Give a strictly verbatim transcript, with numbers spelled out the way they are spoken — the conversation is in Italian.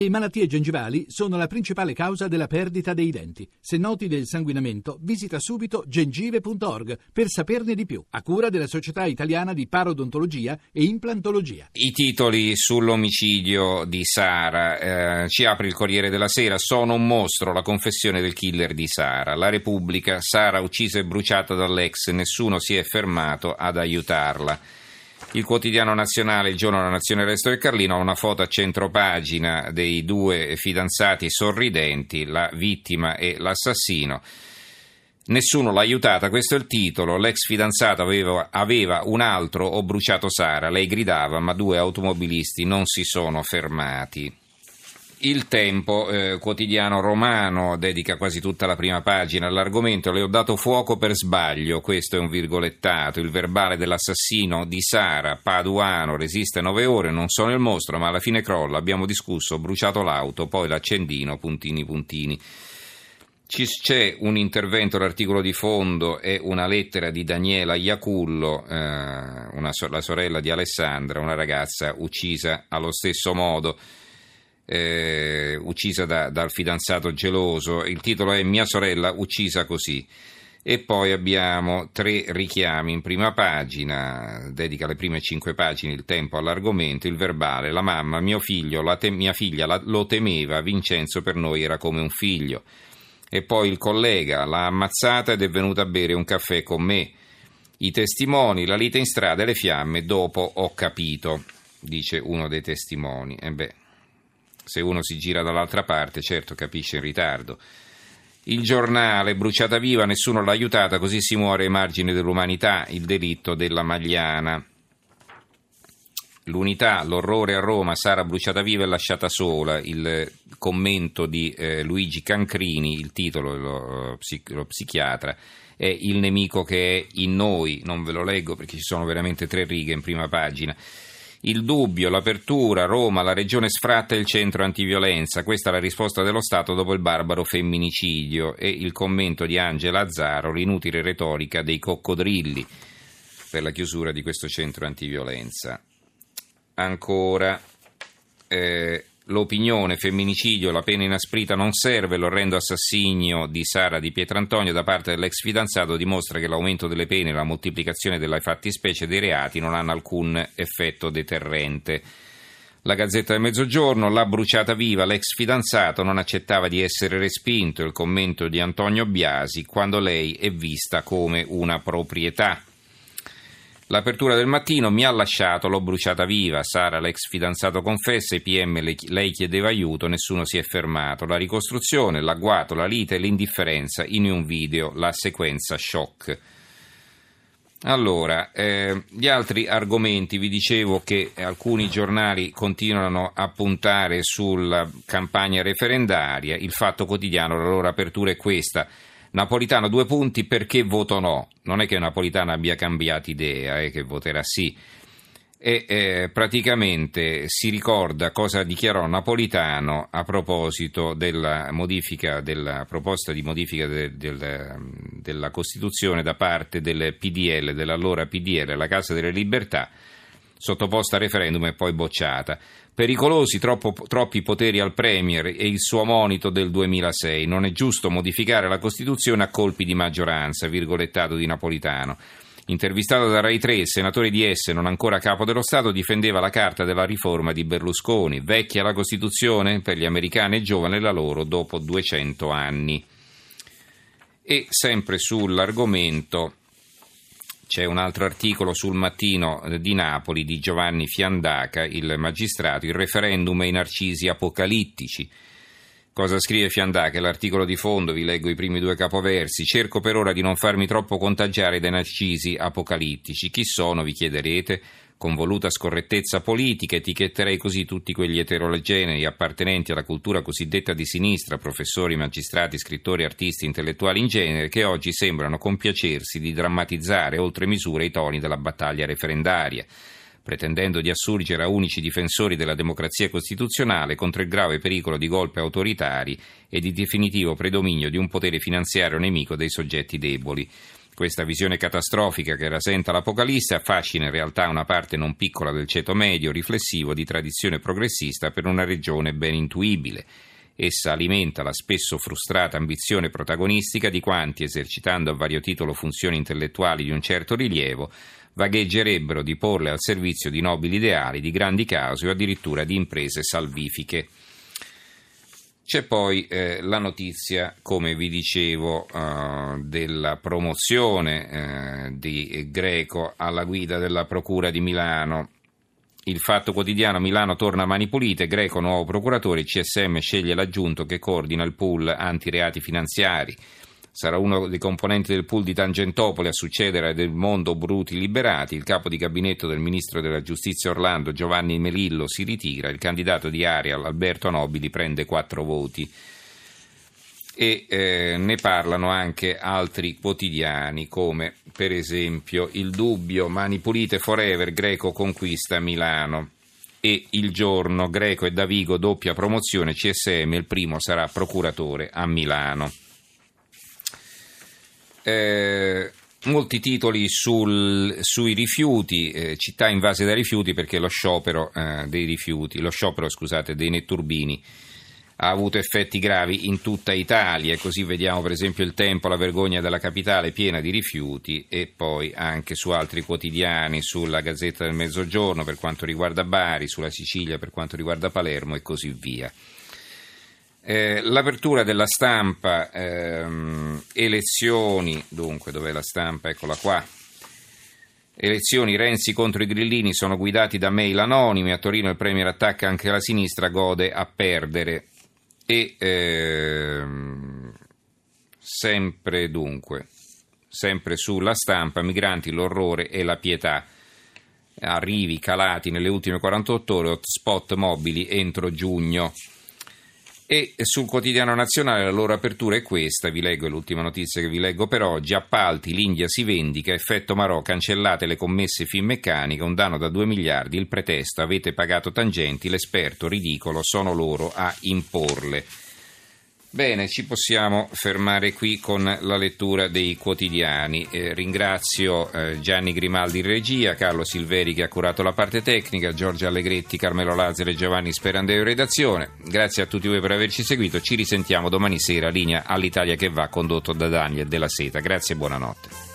Le malattie gengivali sono la principale causa della perdita dei denti. Se noti del sanguinamento, visita subito gengive punto org per saperne di più, a cura della Società Italiana di Parodontologia e Implantologia. I titoli sull'omicidio di Sara. Eh, ci apre il Corriere della Sera. Sono un mostro, la confessione del killer di Sara. La Repubblica. Sara uccisa e bruciata dall'ex, nessuno si è fermato ad aiutarla. Il Quotidiano Nazionale, il Giorno della Nazione, il Resto del Carlino, ha una foto a centropagina dei due fidanzati sorridenti, la vittima e l'assassino. Nessuno l'ha aiutata, questo è il titolo. L'ex fidanzato aveva, aveva un altro, ho bruciato Sara. Lei gridava, ma due automobilisti non si sono fermati. Il Tempo, eh, quotidiano romano, dedica quasi tutta la prima pagina all'argomento. Le ho dato fuoco per sbaglio, questo è un virgolettato. Il verbale dell'assassino di Sara, Paduano, resiste nove ore, non sono il mostro, ma alla fine crolla. Abbiamo discusso, ho bruciato l'auto, poi l'accendino, puntini puntini. C'è un intervento, l'articolo di fondo è una lettera di Daniela Iacullo, eh, una, la sorella di Alessandra, una ragazza uccisa allo stesso modo. Eh, uccisa da, dal fidanzato geloso. Il titolo è Mia sorella uccisa così. E poi abbiamo tre richiami in prima pagina, dedica le prime cinque pagine il Tempo all'argomento. Il verbale, la mamma, mio figlio, la te- mia figlia la- lo temeva, Vincenzo per noi era come un figlio. E poi il collega, l'ha ammazzata ed è venuta a bere un caffè con me. I testimoni, la lite in strada e le fiamme, dopo ho capito, dice uno dei testimoni. E beh, se uno si gira dall'altra parte, certo capisce in ritardo. Il Giornale, bruciata viva, nessuno l'ha aiutata, così si muore ai margini dell'umanità, il delitto della Magliana. L'Unità, l'orrore a Roma, Sara bruciata viva e lasciata sola, il commento di eh, Luigi Cancrini, il titolo, lo, lo psichiatra, è il nemico che è in noi, non ve lo leggo perché ci sono veramente tre righe in prima pagina. Il Dubbio, l'apertura, Roma, la regione sfratta il centro antiviolenza, questa è la risposta dello Stato dopo il barbaro femminicidio, e il commento di Angela Azzaro, l'inutile retorica dei coccodrilli, per la chiusura di questo centro antiviolenza. Ancora, eh, l'opinione, femminicidio, la pena inasprita non serve, l'orrendo assassinio di Sara di Pietrantonio da parte dell'ex fidanzato dimostra che l'aumento delle pene e la moltiplicazione delle fattispecie dei reati non hanno alcun effetto deterrente. La Gazzetta del Mezzogiorno, l'ha bruciata viva, l'ex fidanzato non accettava di essere respinto, il commento di Antonio Biasi, quando lei è vista come una proprietà. L'apertura del Mattino, mi ha lasciato, l'ho bruciata viva, Sara l'ex fidanzato confessa, i P M lei chiedeva aiuto, nessuno si è fermato, la ricostruzione, l'agguato, la lite e l'indifferenza, in un video la sequenza shock. Allora, eh, gli altri argomenti, vi dicevo che alcuni giornali continuano a puntare sulla campagna referendaria, il Fatto Quotidiano, la loro apertura è questa. Napolitano due punti, perché voto no? Non è che Napolitano abbia cambiato idea, è eh, che voterà sì. E eh, praticamente si ricorda cosa dichiarò Napolitano a proposito della modifica, della proposta di modifica de, del, della Costituzione da parte del P D L, dell'allora P D L, la Casa delle Libertà, sottoposta a referendum e poi bocciata. Pericolosi, troppo, troppi poteri al Premier e il suo monito del duemilasei. Non è giusto modificare la Costituzione a colpi di maggioranza, virgolettato di Napolitano. Intervistato da Rai tre, il senatore di Essen, non ancora capo dello Stato, difendeva la carta della riforma di Berlusconi. Vecchia la Costituzione? Per gli americani è giovane la loro dopo duecento anni. E sempre sull'argomento c'è un altro articolo sul Mattino di Napoli di Giovanni Fiandaca, il magistrato, il referendum e i narcisi apocalittici. Cosa scrive Fiandaca? L'articolo di fondo, vi leggo i primi due capoversi. Cerco per ora di non farmi troppo contagiare dai narcisi apocalittici. Chi sono, vi chiederete? Con voluta scorrettezza politica etichetterei così tutti quegli eterogenei appartenenti alla cultura cosiddetta di sinistra, professori, magistrati, scrittori, artisti, intellettuali in genere, che oggi sembrano compiacersi di drammatizzare oltre misura i toni della battaglia referendaria, pretendendo di assurgere a unici difensori della democrazia costituzionale contro il grave pericolo di golpe autoritari e di definitivo predominio di un potere finanziario nemico dei soggetti deboli. Questa visione catastrofica che rasenta l'Apocalisse affascina in realtà una parte non piccola del ceto medio riflessivo di tradizione progressista per una regione ben intuibile. Essa alimenta la spesso frustrata ambizione protagonistica di quanti, esercitando a vario titolo funzioni intellettuali di un certo rilievo, vagheggerebbero di porle al servizio di nobili ideali, di grandi cause o addirittura di imprese salvifiche. C'è poi eh, la notizia, come vi dicevo, eh, della promozione eh, di Greco alla guida della Procura di Milano. Il Fatto Quotidiano: Milano torna a mani pulite, Greco nuovo procuratore, C S M sceglie l'aggiunto che coordina il pool antireati finanziari. Sarà uno dei componenti del pool di Tangentopoli a succedere a Del Mondo Bruti liberati. Il capo di gabinetto del ministro della giustizia Orlando, Giovanni Melillo, si ritira. Il candidato di Arial, Alberto Nobili, prende quattro voti. E eh, ne parlano anche altri quotidiani, come per esempio Il Dubbio: Mani pulite forever, Greco conquista Milano. E Il Giorno: Greco e Davigo doppia promozione, C S M il primo sarà procuratore a Milano. Eh, molti titoli sul, sui rifiuti, eh, città invase da rifiuti, perché lo sciopero eh, dei rifiuti, lo sciopero scusate, dei netturbini ha avuto effetti gravi in tutta Italia, e così vediamo per esempio Il Tempo: la vergogna della capitale piena di rifiuti, e poi anche su altri quotidiani, sulla Gazzetta del Mezzogiorno per quanto riguarda Bari, sulla Sicilia per quanto riguarda Palermo e così via. Eh, l'apertura della Stampa, ehm, elezioni, dunque dov'è la Stampa? Eccola qua. Elezioni, Renzi contro i grillini, sono guidati da mail anonimi, a Torino il premier attacca anche la sinistra, gode a perdere. E ehm, sempre dunque, sempre sulla Stampa, migranti, l'orrore e la pietà. Arrivi calati nelle ultime quarantotto ore, hotspot mobili entro giugno. E sul Quotidiano Nazionale la loro apertura è questa, vi leggo, è l'ultima notizia che vi leggo per oggi: appalti, l'India si vendica, effetto Marò, cancellate le commesse Finmeccanica, un danno da due miliardi, il pretesto, avete pagato tangenti, l'esperto, ridicolo, sono loro a imporle. Bene, ci possiamo fermare qui con la lettura dei quotidiani. Eh, ringrazio eh, Gianni Grimaldi in regia, Carlo Silveri che ha curato la parte tecnica, Giorgia Allegretti, Carmelo Lazzaro e Giovanni Sperandeo in redazione. Grazie a tutti voi per averci seguito, ci risentiamo domani sera, linea all'Italia che va, condotto da Daniel Della Seta. Grazie e buonanotte.